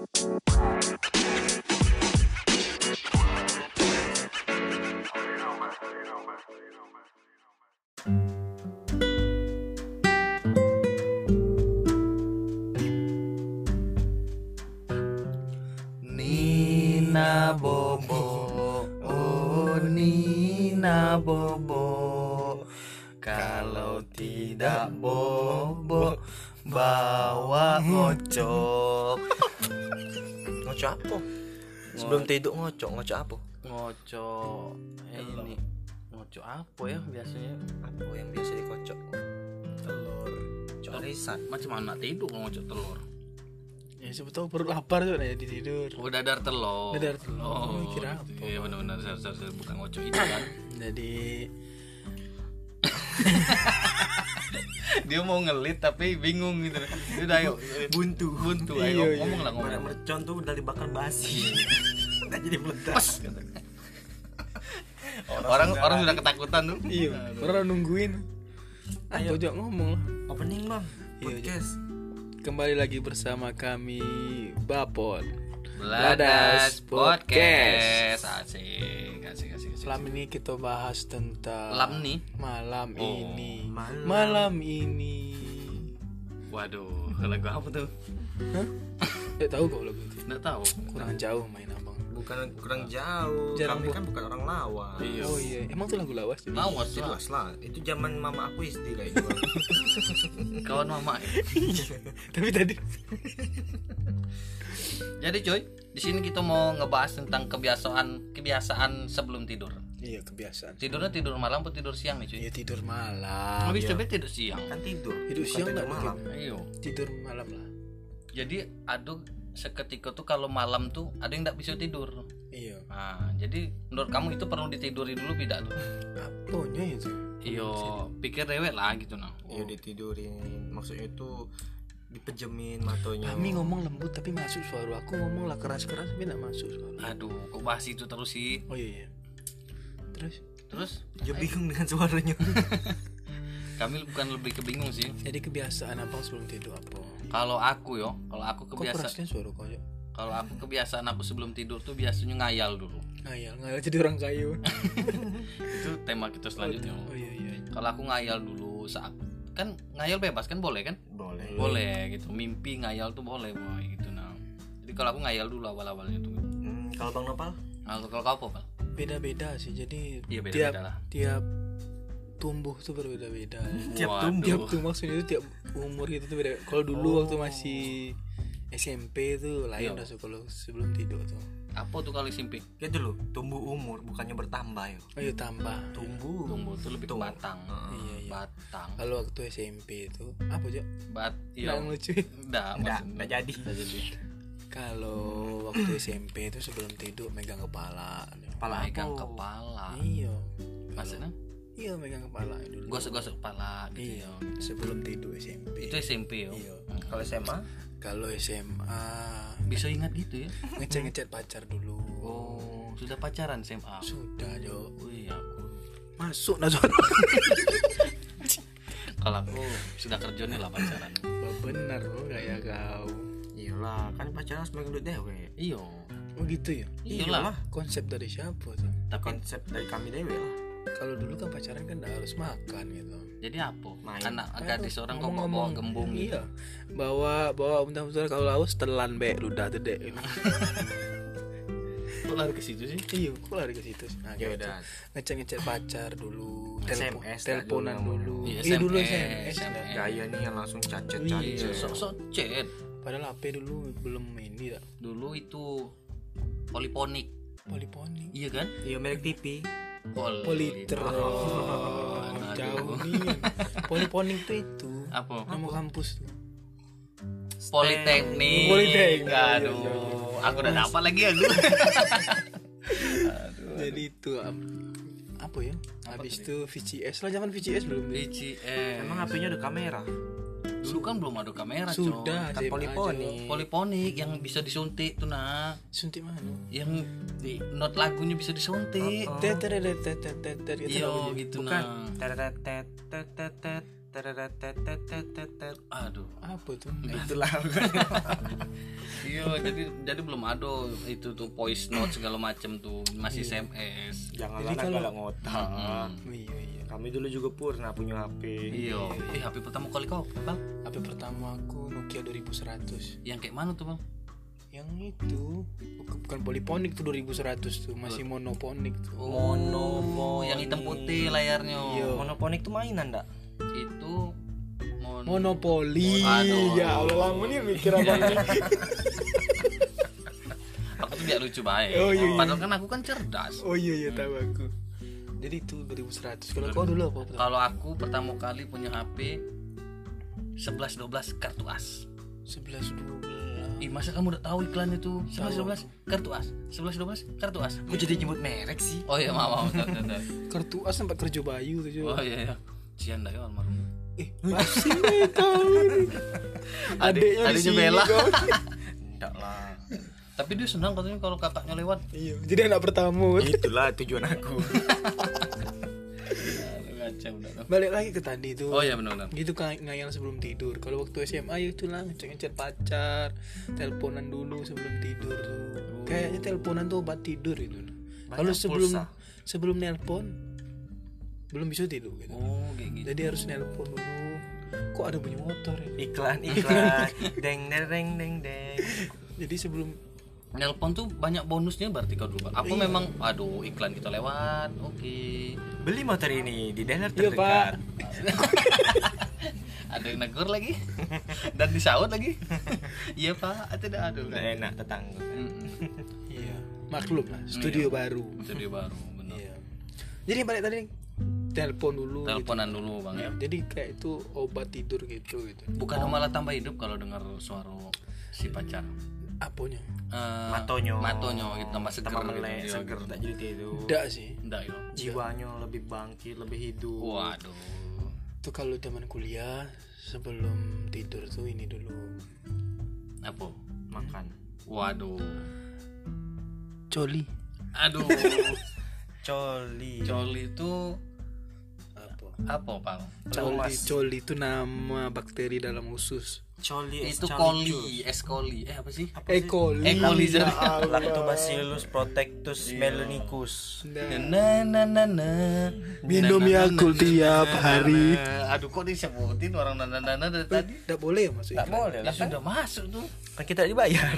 Nina Bobo, oh Nina Bobo, kalau tidak bobo bawa ngocok. Ngocok apa? Sebelum tidur ngocok apa? Ngocok ini ngocok apa ya biasanya? Apa yang biasa dikocok? Telur. Corisan. Macam mana tidur ngocok telur? Ya siapa tahu perut lapar tuh jadi tidur. Oh, dadar telur. Dadar telur. Oh, Kira gitu. apa? Iya benar-benar saya bukan ngocok itu kan. Jadi Dia mau ngelit tapi bingung gitu. Dia udah ayo buntu ayo Iya, ngomong lah Mana ngomong. mercon tuh udah dibakar basi. Udah jadi meledak. Orang sudah ketakutan tuh. iya, orang nungguin. Ayo jok ngomong lah. Opening bang. Iya, Podcast. Kembali lagi bersama kami Bapon. Ladas Podcast. Asik. Malam ini kita bahas tentang malam Oh, ini. Malam ini. Waduh, lagu apa tuh? Hah? Tahu kok lagu itu? Nggak tahu. Kurang jauh main abang. Bukan kurang jauh. Jarang Kami buat. kan bukan orang lawas. Iya. Oh iya, emang tuh lagu lawas jadi. Lawas lah. Jelas lah. Itu zaman mama aku SD kayak gitu. Kawan mama. Tapi tadi Jadi cuy, di sini kita mau ngebahas tentang kebiasaan sebelum tidur. iya kebiasaan. Tidurnya tidur malam atau tidur siang nih cuy? Iya tidur malam. Habis coba tidur siang. Kan tidur. Tidur bukan siang tidur nggak malam. mungkin. Ayo. Tidur malam lah. Jadi aduh seketika tuh kalau malam tuh ada yang nggak bisa tidur. Iya. Nah, jadi menurut kamu itu perlu ditiduri dulu tidak tuh? Apanya itu? Iyo, pikir dewek lah gitu nah. Iya ditidurin. Maksudnya itu dipejemin matanya. Kami ngomong lembut tapi masuk suara. Aku ngomong lah keras-keras tapi nggak masuk suara. Aduh, kok bahas itu terus sih? Oh iya. Terus Dia bingung dengan suaranya. Kami bukan lebih kebingung sih. jadi kebiasaan abang sebelum tidur apa? Kalau aku Kok kebiasaan, kerasnya suara kau ya? kalau aku kebiasaan aku sebelum tidur tuh biasanya ngayal dulu. Ngayal jadi orang kayu. Itu tema kita selanjutnya. Oh iya. Kalau aku ngayal dulu saat kan ngayal bebas kan boleh kan? Boleh gitu. Mimpi ngayal tuh boleh boy gitu nah. Jadi kalau aku ngayal dulu awal-awalnya tuh. Kalau Bang Nopal? Kalau kau apa, Pak? Beda-beda sih. Jadi Iya, beda-beda lah. tiap tumbuh tuh berbeda-beda. Waduh. Tiap tuh maksudnya itu tiap umur gitu tuh beda. Kalau dulu waktu masih SMP tuh lain Iya. rasanya kalau sebelum tidur tuh. Apa tuh kali simpi? Ya dulu tumbuh umur bukannya bertambah ya. Ayo tambah. Tumbuh tuh lebih ke batang. Iya. Batang. Kalau waktu SMP itu apa aja? Iya. Yang lucu. Nggak jadi. Kalau waktu SMP itu sebelum tidur megang kepala. Megang kepala. Iya. Maksudnya? Iya megang kepala dulu. Gosok-gosok kepala gitu. Iya. Sebelum tidur SMP. Itu SMP yo. Iya. Kalau SMA? Kalau SMA Bisa ingat gitu ya? ngechat pacar dulu. Oh, sudah pacaran SMA. Sudah Jo. Wih, aku. Masuk nah zona. Kalau aku sudah kerja nih lah pacaran. Bener lo kayak kau. Iyalah, kan pacaran harus megang duit dewe. Iyo. Oh gitu ya. Iyalah. Konsep dari siapa tuh? Tapi Konsep dari kami dewe lah. Kalau dulu kan pacaran kan nggak harus makan gitu. jadi apa? Main. Anak gadis orang kok bawa Ngomong-ngomong, gembung gitu. Iya. Bawa bentar-bentar kalau haus telan be ludah tede. Kok lari ke situ sih? Iya, kok lari ke situ. Nah, Ya gitu. udah. Ngecek pacar dulu, SMS teleponan dulu. dulu. Iya, Iya dulu SMS. SMS. Gaya nih yang langsung Iya, cacet. sok-sok chat. Padahal HP dulu belum ini dah. Dulu itu poliponik. Poliponik. Iya kan? Iya merek TV. Politer. Aduh. Jauh nih. Poliponik tuh itu. Apa? Nama kampus tuh. Politeknik. Politeknik. Aduh, aku udah dapat lagi aku. Jadi itu apa ya? Habis itu VCS lah, zaman VCS belum. BCS. Emang HP-nya ada kamera? Dulu kan belum ada kamera, Sudah, Kan SMA poliponik. Poliponik yang bisa disuntik tuh nak. aja. Suntik mana? Yang di not lagunya bisa disuntik. Teter Iya gitu Bukan. nah. Aduh. Apa tuh? Itulah. Iya, jadi belum ada itu tuh voice note segala macam tuh, masih SMS. Janganlah galak ngotak. Iya. Kami dulu juga pernah punya HP. Iya. HP pertama kali kau apa, Bang? HP pertama aku Nokia 2100. Yang kayak mana tuh, Bang? Yang itu bukan poliponik tuh 2100 tuh, masih monoponik tuh. Yang hitam putih layarnya. Iya. Monoponik tuh mainan enggak? Itu Monopoli. Aduh. Ya Allah, lama nih mikir apa nih. Aku tuh biar lucu baik. Oh, iya. Padahal kan aku kan cerdas. Oh iya tahu aku. Jadi itu 2100. Kalau kau dulu apa? Kalau aku pertama kali punya HP 1112 kartu as. 1112. Ih, masa kamu udah tahu iklan itu? 1112 kartu as. 1112 kartu as. Kok jadi nyebut merek sih? Oh iya, maaf. Kartu as sampai kerja bayu tuh. Oh iya. Cian dah ya almarhum. Masih tahu. Adiknya Bella. Enggak lah. Tapi dia senang katanya kalau kakaknya lewat. Iya, jadi anak pertama. Itulah tujuan aku. Kacau udah. Balik lagi ke tadi tuh. Oh iya benar. Gitu ngayal sebelum tidur. Kalau waktu SMA ya itulah ngechat pacar, teleponan dulu sebelum tidur tuh. Kayaknya teleponan tuh obat tidur itu. Kalau sebelum nelpon belum bisa tidur gitu. Oh, kayak gitu. Jadi harus nelpon dulu. Kok ada bunyi motor ya? Iklan. deng. Jadi sebelum nelpon tuh banyak bonusnya berarti kau dulu. Apa memang aduh iklan kita lewat. Oke. Beli motor ini di dealer iya, terdekat. Ada yang negur lagi dan disaut lagi. Iya Pak, tidak ada. Nggak enak tetangga. iya, maklum lah, studio baru. Studio baru, benar. Iya. Jadi balik tadi telepon dulu. Teleponan gitu. dulu Bang ya. Jadi kayak itu obat tidur gitu. Bukan malah tambah hidup kalau dengar suara si pacar. Apanya? Matonyo gitu tambah seger melek, gitu. seger tak jadi tidur. Enggak sih. Enggak yo. Jiwanya lebih bangkit, lebih hidup. Waduh. Itu kalau zaman kuliah sebelum tidur tuh ini dulu. Apa? Makan. Waduh. Coli. Aduh. Coli itu apa Bang? Coli itu nama bakteri dalam usus. Coli itu coli, E. coli. Apa sih? E. coli. E. coli. Lactobacillus protectus melonicus. Nah. Minum Yakult tiap hari. Aduh kok disebutin orang nana dari tadi? Enggak boleh ya masuk. Enggak boleh Ya lah kan. sudah masuk tuh. Kan kita dibayar.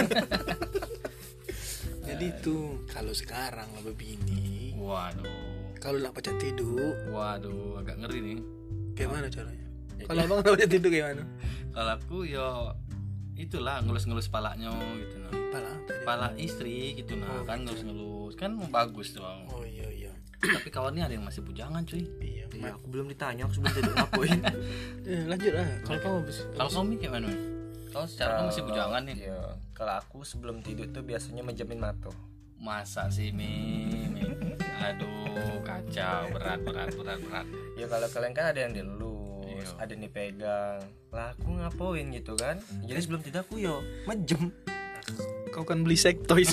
Jadi itu kalau sekarang lebih bini. Waduh. Kalau nak pacak tidur, Waduh, agak ngeri nih. gimana caranya? Kalau abang nak pacak tidur gimana? Kalau aku yo itulah ngelus-ngelus palanya gitu nah. Pala istri gitu nah, kan ngelus-ngelus. Kan bagus tuh. Oh iya. Tapi kawannya ada yang masih bujangan cuy. Iya. Ya, aku belum ditanya, aku sebelum tidur ngapain. Lanjut lah. Kalau kamu habis. Kalau kamu gimana? Kau secara kamu masih bujangan nih. Iya. Kalau aku sebelum tidur tuh biasanya menjamin mata. Masa sih Mi? Aduh, kacau, berat. Ya kalau kalian kan ada yang dilus, ada yang dipegang. Lah aku ngapain gitu kan? Jadi sebelum tidur aku yo mejem. Kau kan beli sex toys.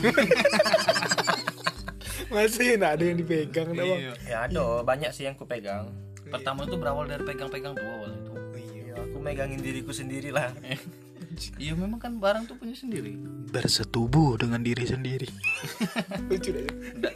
Masih nak ada yang dipegang dah, Bang. Ya ada, banyak sih yang ku pegang. Pertama itu berawal dari pegang-pegang tuh awal itu. Ya, aku megangin diriku sendiri lah. Iya memang kan barang tuh punya sendiri. Bersetubuh dengan diri sendiri. Lucu aja.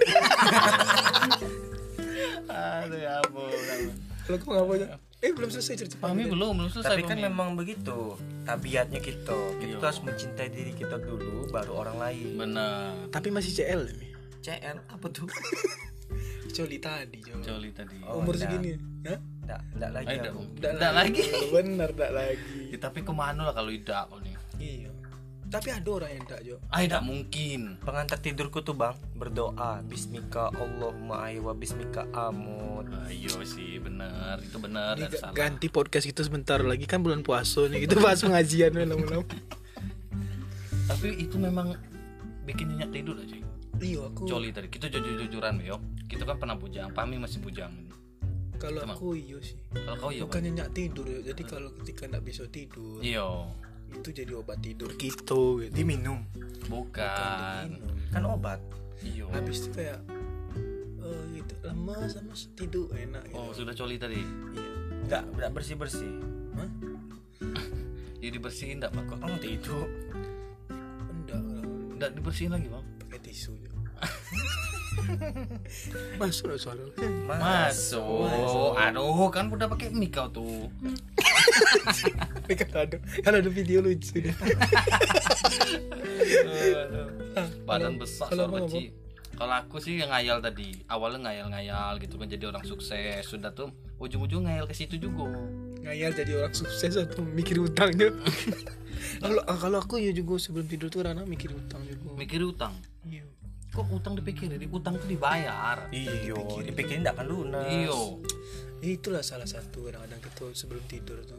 Aduh ya ampun. Kalau kamu ngapain? Belum selesai cerita. Kami belum selesai. Tapi kan memang begitu tabiatnya kita. Kita harus mencintai diri kita dulu, baru orang lain. Benar. Tapi masih CL nih. CL apa tuh? Coli tadi. Coli tadi. Umur segini. Hah? Enggak lagi. Enggak lagi. Bener enggak lagi. Ya, tapi kemana lah kalau tidak kau nih? Iya. Tapi ada orang yang enggak, Jo. Tidak mungkin. Pengantar tidurku tuh Bang berdoa bismika Allahumma wa bismika amut. Iya sih benar, itu benar. Ini Salah. ganti podcast itu sebentar lagi kan bulan puasa nih. Gitu bahas pengajian lama-lama. Tapi itu memang bikin nyenyak tidur aja. Iya aku. Coli tadi. Kita jujur-jujuran yo. Kita kan pernah bujang, Pami masih bujang. Kalau aku iya sih. Kalau kau iya. Bukan nyenyak tidur ya. Jadi kalau ketika enggak bisa tidur. Iya. Itu jadi obat tidur gitu. Diminum. Bukan. Kan obat. Iya. Habis itu kayak gitu lemas sama tidur enak gitu. Oh, sudah coli tadi. Iya. Enggak bersih-bersih. Hah? Ya dibersihin enggak, Pak? Kok kamu tidur? Enggak. Enggak dibersihin lagi, Bang. Pakai tisu. Masuk lah soalnya. Masuk. Aduh, kan udah pakai mic kau tuh. Kan ada video lucu deh. Badan besar kalau soal apa? kecil. Kalau aku sih yang ngayal tadi, awalnya ngayal gitu kan jadi orang sukses, sudah tuh ujung-ujung ngayal ke situ juga. Ngayal jadi orang sukses atau mikir utangnya. Kalau aku ya juga sebelum tidur tuh Rana mikir utang juga. Mikir utang. Iya. Kok utang dipikirin? Utang tuh dibayar. Iyo, dipikirin enggak akan lunas. Iyo. Itulah salah satu kadang-kadang kita sebelum tidur tuh.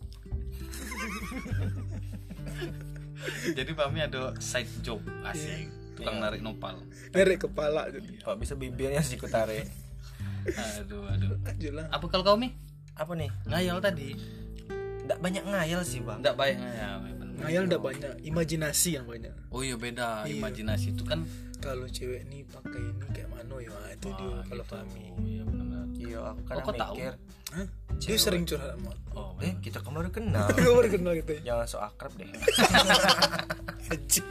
Jadi Pami ada side job asik, tukang narik nopal. Ngerek kepala jadi. Kok bisa bibirnya sih tarik. Aduh. Ajulah. Apa kalau kau Mi? Apa nih? Ngayal tadi. Enggak banyak ngayal sih, Bang. Enggak banyak ngayal. Ngayal udah banyak, imajinasi yang banyak. Oh iya beda, Iya. Imajinasi itu kan. Kalau cewek nih pakai ini kayak mana ya? Itu dia kalau gitu. kami. Iya benar. Iya, aku kadang kok tahu? mikir. Hah? Dia sering curhat sama aku. Oh, Kita kemarin kenal. Gue baru kenal gitu ya. Jangan so akrab deh. Anjing.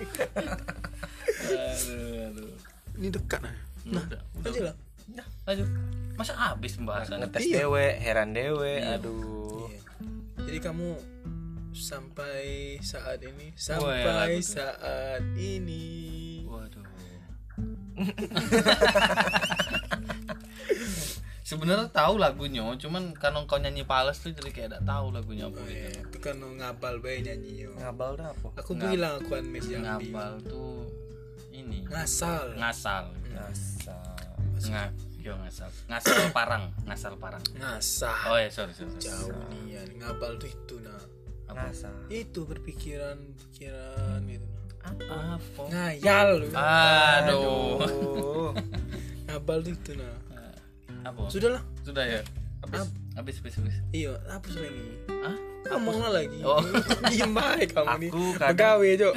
aduh. Ini dekat nah. Udah. Aja lah. Lanjut. Masa habis pembahasan? Ngetes Iya. dewe, heran dewe. Iya. Aduh. Iya. Jadi kamu sampai saat ini, lagu tuh. saat ini. Waduh. Sebenarnya tahu lagunya, cuman karena kau nyanyi pales tuh jadi kayak tidak tahu lagunya apa Oh, gitu. iya. Itu kan ngabal bae nyanyi yo. Ngabal dah apa? Aku bilang aku kan Mes Jambi. Ngabal tuh ini. Ngasal. Ngasal. Ngasal. Ngasal parang. Ngasah. Oh ya, sorry. Jauh nih ya. Ngabal tuh itu nah. Ngasal. Itu berpikiran gitu. Apa? Ngayal. Aduh. Ngabal tuh itu nah. Apa? Sudahlah. Sudah ya. Habis. Iya, hapus lagi. Hah? Ngomonglah lagi. Oh. Diem baik kamu nih. Aku kadang- Begawe, Cok.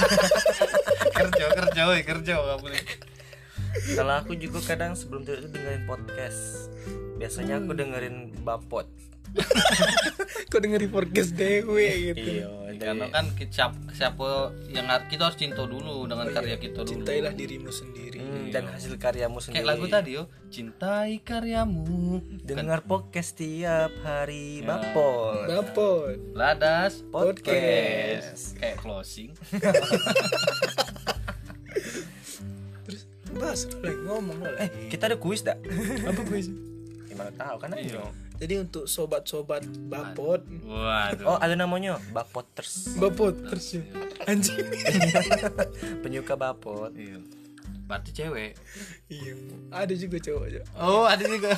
kerja kamu nih. Kalau aku juga kadang sebelum tidur itu dengerin podcast. Biasanya aku dengerin Bapot. Kok dengerin podcast dewe gitu. Karena kan siapa yang kita harus cinta dulu dengan karya kita dulu. Cintailah dirimu sendiri. Dan hasil karyamu sendiri. Kayak lagu tadi yo, cintai karyamu. Dengar podcast tiap hari. Bapot. Bapot. Ladas Podcast. Kayak closing. Terus bahas lagi ngomong lagi. Kita ada kuis dak? Apa kuis? Gimana tahu kan ayo. Jadi untuk sobat-sobat Bapot, Waduh. Oh, ada namanya Bapoters. Bapot terus ya. Anjing. Penyuka Bapot. Iya. Berarti cewek. Iya. Ada juga cowok aja. Oh, ada juga.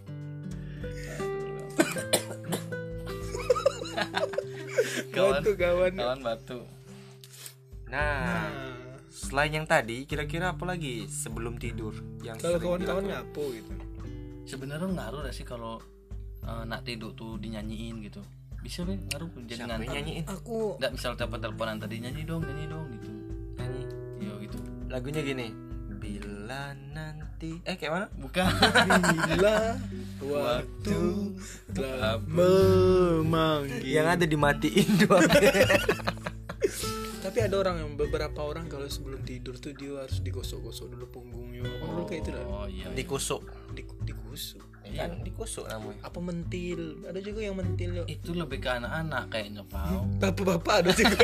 Kawan batu. Nah, selain yang tadi, kira-kira apa lagi sebelum tidur yang Kalau sering kawan-kawan dilakukan? ngapo gitu. Sebenarnya ngaruh gak sih kalau nak tidur tuh dinyanyiin gitu? Bisa be ngaruh jadi Siapa yang ngantuk. nyanyiin? Aku Nggak misal teleponan tadi nyanyi dong gitu. Nyanyi. Iya gitu. Lagunya gini. Bila nanti kayak mana? Bukan. bila waktu telah memanggil. Yang ada dimatiin doang. Tapi ada orang yang beberapa orang kalau sebelum tidur tuh dia harus digosok-gosok dulu punggungnya. Dulu kayak itu lah. Oh iya. Dikusuk. Dikusuk. Kan dikusuk namanya. Apa mentil? Ada juga yang mentil yo. Itu lebih ke anak-anak kayaknya, Pau. Bapak-bapak ada juga.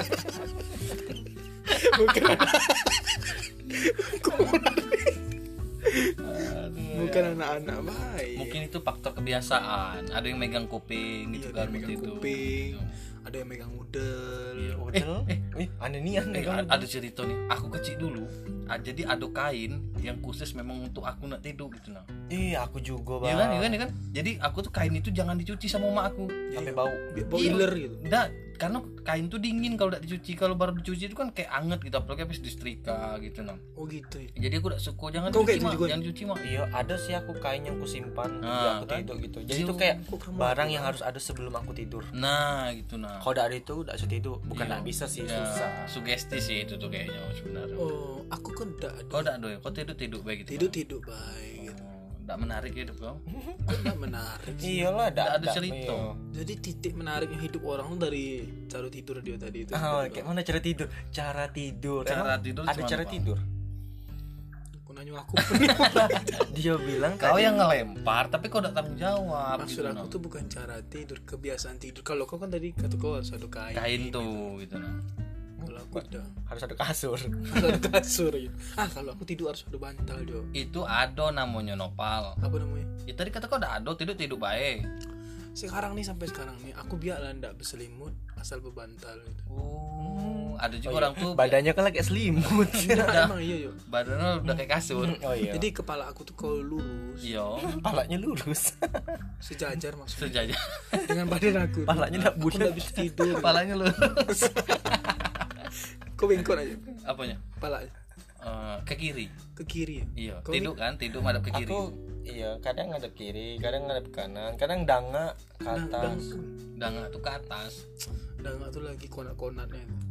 Bukan anak-anak baik. Mungkin itu faktor kebiasaan. Ada yang megang kuping gitu Iya, kan ada yang megang begitu. kuping, ada yang megang udel. Udel. Aneh nih Ada cerita nih. Aku kecil dulu. Jadi ada kain yang khusus memang untuk aku nak tidur gitu nah. Aku juga, Iya Bang. kan. Jadi aku tuh kain itu jangan dicuci sama emak aku. Sampai bau. Boiler gitu. Enggak, karena kain tuh dingin kalau udah dicuci. Kalau baru dicuci itu kan kayak anget gitu, apalagi habis disetrika gitu nah. Oh gitu ya. Jadi aku udah suka jangan Kau dicuci kayak mak, gitu juga? jangan dicuci mak. Iya, ada sih aku kain yang kusimpan di Nah, aku kan? tidur gitu. Jadi Iya, itu kayak kok kamu barang ada? yang harus ada sebelum aku tidur. Nah, gitu nah. Kalau udah ada itu udah bisa tidur. Bukan Iya. nggak bisa sih, Ya, susah. Sugesti sih itu tuh kayaknya sebenarnya. Oh, aku kan enggak ada. Kau udah ada ya? Kau tidur baik gitu. Tidur baik gitu. Enggak menarik hidup kau. Enggak menarik sih. Iyalah, Ada cerita. Jadi titik menariknya hidup orang tuh dari cara tidur dia tadi itu. Kayak mana cara tidur? Cara tidur. Cara Emang tidur ada gimana, cara Bang? tidur. Aku nanya aku. Dia bilang Kau tadi- yang ngelempar tapi kau enggak tanggung jawab. Maksud aku tuh bukan cara tidur, kebiasaan tidur. Kalau kau kan tadi kata kau harus ada kain tuh gitu nah. Kalau aku udah harus ada kasur. harus ada kasur gitu. Kalau aku tidur harus ada bantal Jo. Itu ado namanya nopal. Apa namanya? Ya tadi kata kau ada ado tidur baik. Sekarang nih sampai sekarang nih aku biarlah ndak berselimut asal berbantal gitu. Oh, ada juga orang tuh Badannya kan lagi selimut. Nah, emang iya Jo. badannya udah kayak kasur. Oh iya. Jadi kepala aku tuh kalau lurus Iya, palanya lurus. sejajar maksudnya sejajar. dengan badan aku. Palanya ndak Aku bulat. ndak bisa tidur. Kepalanya lurus. Kau bengkok aja. Apanya? Palanya Ke kiri. ke kiri. Iya, Kau tidur kan, tidur madep ke kiri. Aku iya, kadang ngadep kiri, kadang ngadep kanan, kadang danga ke atas. Danga tuh ke atas. Udah nggak tuh lagi konat-konatnya itu.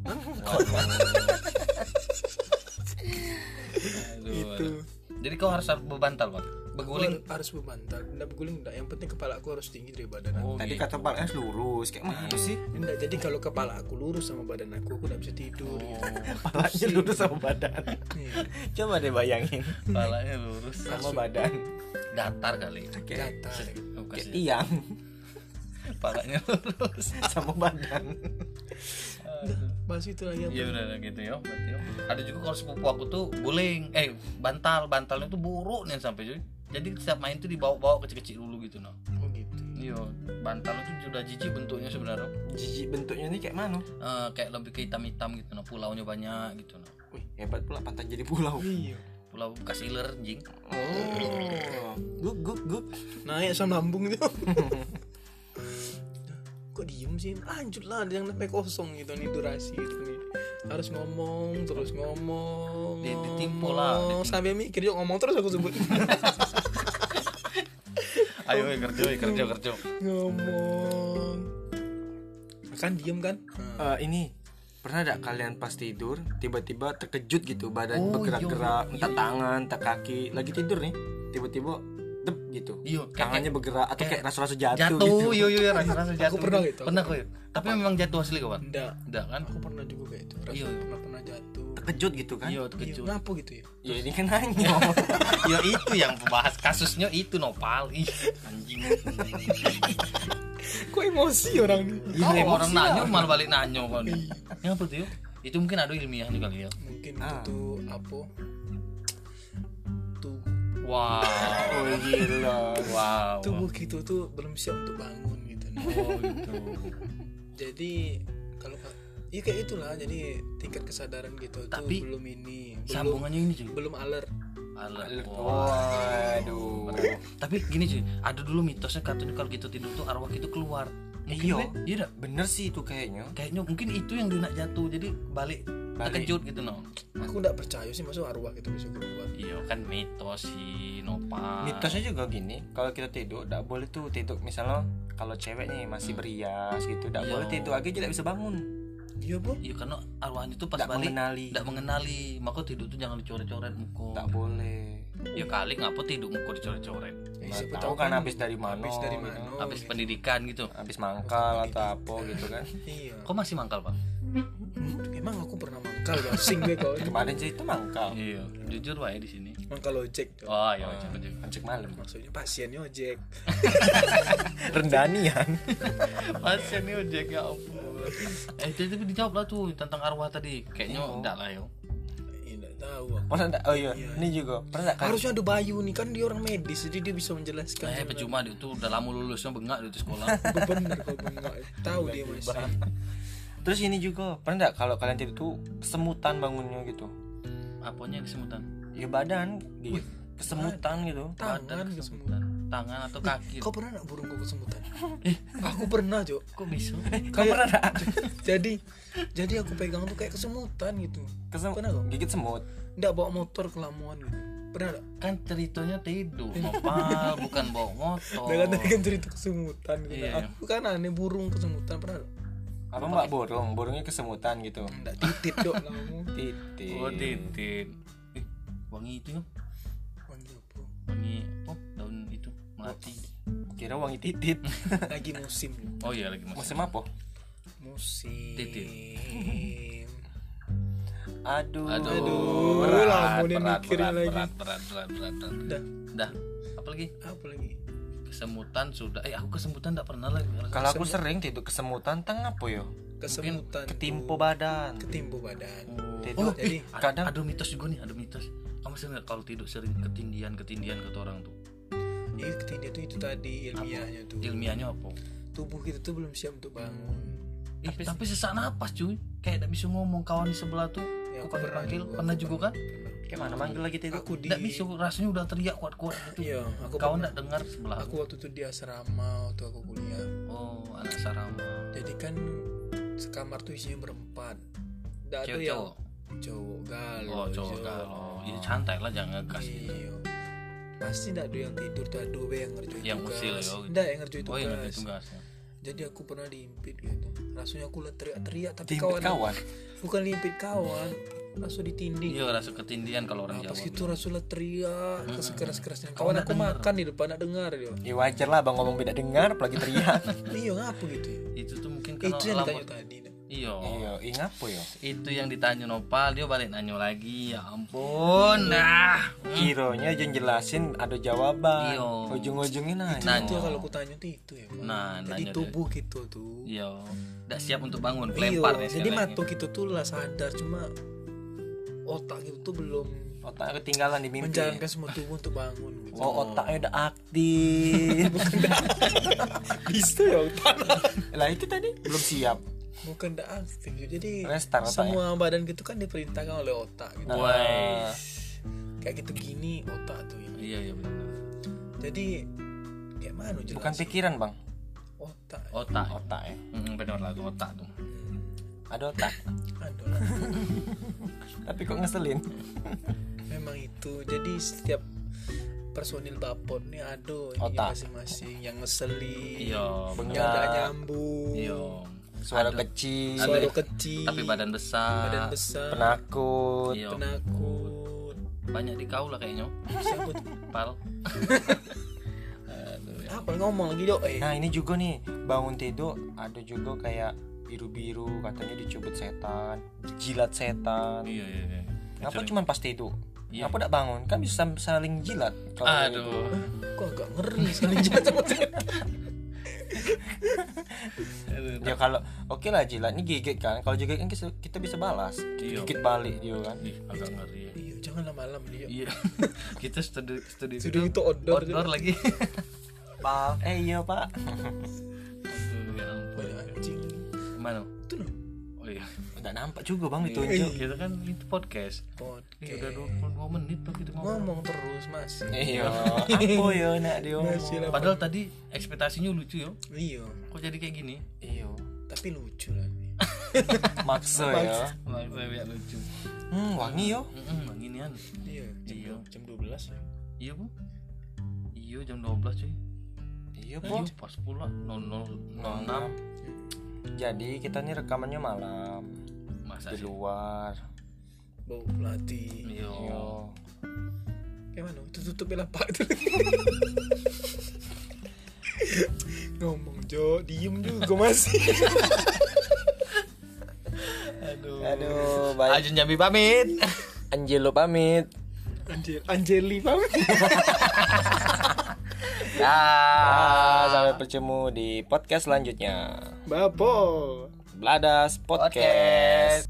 Aduh. Itu. Jadi kau harus berbantal, Bang. Berguling. Aku harus berbantal. Nggak berguling enggak. Yang penting kepala aku harus tinggi dari badan aku. Tadi gitu. kata palanya lurus, kayak mana sih? Enggak, jadi kalau kepala aku lurus sama badan aku nggak bisa tidur. Palanya lurus sama badan. Iya. Coba deh bayangin Kepalanya lurus. sama badan. Datar kali. Kayak Datar. Oh, kayak kasih. tiang Kepalanya lurus. sama badan. Bahas itu lagi apa? Iya udah gitu ya, berarti ya. Ada juga kalau sepupu aku tuh guling, bantalnya tuh buruk nih sampai cuy. Jadi setiap main tuh dibawa-bawa kecil-kecil dulu gitu nah. Oh gitu. Iya, bantalnya tuh sudah jijik bentuknya sebenarnya. Jijik bentuknya nih kayak mana? Kayak lebih ke hitam-hitam gitu nah, pulaunya banyak gitu nah. Wih, hebat pula pantai jadi pulau. Iya. Pulau bekas iler jing. Oh. Guk. Naik sama lambung itu. Kok diem sih? Lanjut lah, jangan sampai kosong gitu nih durasi gitu nih. Harus ngomong, terus ngomong. Ditimpo lah, ditimpo. Sampai mikir yuk ngomong terus aku sebut. Ayo kerja. Ngomong. Kan diem kan? Ini pernah gak kalian pas tidur tiba-tiba terkejut gitu badan Oh, bergerak-gerak, iya. entah tangan, entah kaki, lagi tidur nih tiba-tiba dep gitu, Iya, tangannya bergerak atau kayak rasa-rasa jatuh Jatuh, gitu. iya rasa jatuh. Aku pernah gitu. Pernah kok ya. Tapi memang jatuh asli kawan. Enggak. Kan? Aku pernah juga kayak itu. Iya. Pernah jatuh. Terkejut gitu kan? Iya, Iya, terkejut. kenapa gitu ya? Ya ini kan nanya. Ya itu yang bahas kasusnya itu nopal. Ih, anjing. Kok emosi orang nih? Kau orang nanya malah balik nanya kau nih. Yang apa tuh? Yuk? Itu mungkin ada ilmiahnya kali ya. Mungkin itu tuh apa? Tuh Wow. Oh gila. Wow. tubuh kita tuh belum siap untuk bangun gitu. Oh gitu. Jadi kalau iya kayak itulah, jadi tingkat kesadaran gitu Tapi tuh belum ini, Sambungannya ini cuy. belum alert. Alat. Waduh. Tapi gini cuy, ada dulu mitosnya katanya kalau gitu tidur tuh arwah itu keluar. Mungkin Iya. gue- iya dah. Bener sih itu kayaknya. Kayaknya mungkin itu yang dia nak jatuh jadi balik terkejut gitu no. Aku nggak percaya sih masuk arwah gitu bisa keluar. Iya kan mitos si Nopal. Mitosnya juga gini, kalau kita tidur tidak boleh tuh tidur, misalnya kalau cewek nih masih berias gitu, tidak Iya. boleh tidur lagi, tidak bisa bangun, Iya bu? Iya karena arwahnya tuh pas tidak balik mengenali, tidak mengenali, maka tidur tuh jangan dicoret-coret muka. tidak boleh. Ya kali ngapa tidur muka dicoret-coret? Nggak tahu kan habis dari mana, Habis dari gitu. mana? Habis pendidikan gitu. Habis mangkal atau apa gitu kan. Iya. Kok masih mangkal pak? Emang aku pernah mangkal basing gue kau. Kemarin sih itu mangkal, Iya. Jujur wae di sini. Mangkal ojek. Tuh. Oh iya ojek. ojek malam, Maksudnya pasiennya ojek. rendanian. Pasien nih ojek ya ampun. Tapi dijawab lah tuh tentang arwah tadi. Kayaknya enggak lah yo. Tidak tahu aku. Pernah enggak? Oh iya, ini juga pernah enggak? Harusnya ada Bayu nih kan dia orang medis jadi dia bisa menjelaskan. Percuma dia tuh udah lama lulusnya bengak di sekolah. Bener kau bengak. Tahu dia masih. Terus ini juga pernah enggak kalau kalian tidur tuh kesemutan bangunnya gitu? Apanya kesemutan? Ya badan gitu. Kesemutan gitu. Tangan Badan kesemutan. Tangan atau kaki? Kau pernah enggak burung kau kesemutan? Aku pernah, Cok. Kok bisa? Kayak jadi aku pegang tuh kayak kesemutan gitu. Pernah kau? Gigit semut. Enggak bawa motor ke Lamongan gitu. Pernah enggak? Kan ceritanya tidur, Nopal, bukan bawa motor. Dengan tadi kan cerita kesemutan gitu. Iya. Aku kan aneh burung kesemutan pernah enggak? Apa mbak burungnya kesemutan gitu. Enggak titit, Cok, kamu. Titit. Oh titit. Wangi itu ya? Wangi apa? Wangi apa? Daun hati. Kira wangi titit. Lagi musim. Oh iya lagi Musim apa? Musim. Titit. Aduh. lamunin mikirnya lagi. berat. Dah. Apa lagi? Kesemutan sudah. Aku kesemutan enggak pernah lagi. Kalau aku sering tidur kesemutan tengah apa yo? Kesemutan. Ketimpo badan. Oh, jadi kadang ada mitos juga nih, Kamu sering kalau tidur sering ketindian kata orang tuh. Iya, ketindian itu tadi ilmiahnya tuh. Ilmiahnya apa? Tubuh kita tuh belum siap untuk bangun. Tapi sesak napas cuy. Kayak enggak bisa ngomong, kawan di sebelah tuh. Ya, Aku panggil, pernah juga kan? Kayak mana manggil lagi tidur? Aku Enggak bisa, rasanya udah teriak kuat-kuat gitu. Iya, Kawan enggak dengar sebelah. Aku waktu itu di asrama waktu aku kuliah. Oh, anak asrama. Jadi kan sekamar tuh isinya berempat. Enggak ada Cewek yang cowok. cowok galau. Oh, cowok galau. Ini santai lah, jangan ngegas gitu. Iya. Pasti enggak ada yang tidur tuh, ada yang ngerjain Yang tugas. usil ya. Enggak, yang ngerjain tugas. Oh, yang ngerjain tugas. Jadi aku pernah diimpit gitu. Rasanya aku teriak-teriak tapi Diimpit kawan. Bukan diimpit kawan. Langsung ditindih. Iya, rasa ketindian kalau orang Jawa. Pas itu Rasulullah teriak keras-kerasnya. Kawan Kawan aku denger. makan di depan nak dengar dia. Ya wajar lah bang ngomong beda dengar apalagi teriak. Iya ngapa gitu ya? Itu tuh mungkin Itu kalau yang lama. ditanya tadi. Iya. Iya, ngapa yo? Itu yang ditanya Nopal, dia balik nanya lagi. Ya ampun. Nah. Kironya yang jelasin ada jawaban. Iya. Ujung-ujungnya nanya. Itu kalau aku tanya tuh itu ya. Bang. Nah, Jadi nanya tubuh gitu tuh. Iya. Enggak siap untuk bangun, Iya, lempar nih. jadi mata gitu tuh lah sadar cuma otak gitu tuh belum Otaknya ketinggalan di mimpi. menjalankan semua tubuh untuk bangun gitu. Oh, otaknya udah aktif. Bisa ya otak. Lah itu tadi belum siap. Bukan dah aktif. Jadi Restart otaknya. semua badan gitu kan diperintahkan oleh otak gitu. Wah. Kayak gitu gini otak tuh ya. Iya benar. Jadi kayak mana jelas? Bukan pikiran, Bang. Otak. Otak. Otak ya. Benar lah tuh otak tuh. Ada otak. Aduh lah. Tapi kok ngeselin. Memang itu. Jadi setiap personil Bapot nih ada Otak. masing-masing yang ngeselin. Iya. Yang nggak nyambung. Iya. Suara Ada. kecil, Suara kecil. Tapi badan besar. penakut. Iya. Penakut. Banyak di kau lah kayaknya. Siapa tuh? Pal. Apa ngomong lagi dok? Nah, ini juga nih, bangun tidur ada juga kayak biru-biru katanya dicubit setan, jilat setan. Iya. Ngapa cuman pas tidur? Iya. Ngapa tidak bangun? Kan bisa saling jilat kalau kayak gitu. Aduh. Kok agak ngeri sekali jahat sama setan. Ya kalau oke lah jilat ini gigit kan. Kalau gigit kan kita bisa balas. Iya. Gigit balik dia kan. Ih, agak ngeri ya. Iya, jangan lama-lama dia. Iya. Kita studi Sudah itu outdoor lagi. Pak, iya Pak. Aduh, ya ampun. banyak anjing lagi. Mana? Itu loh. Oh iya. Udah nampak juga Bang ditunjuk. Kita kan itu podcast. Podcast. Udah 22 menit tuh kita ngomong. Ngomong terus masih. Iya, apa ya nak dia Masih lah. Padahal tadi ekspektasinya lucu yo. Iya, Kok jadi kayak gini? Iya. tapi lucu lah. Maksa ya. Maksa ya lucu. Wangi yo. Beginian. Iya, Iya. jam 12 ya. Iya, Bu. Iya jam 12 cuy. Iya, Iya, Po. pas pula 0006. Jadi kita nih rekamannya malam Masa di sih? luar. Bau pelatih. Iya. Iya. Kayak mana? Tutup lah Pak itu. Ngomong Jo, diem juga masih. Aduh, baik. Ajun Jambi pamit. Angelo pamit. Anjeli pamit. Sampai bertemu di podcast selanjutnya. Bapo. Bladas Podcast.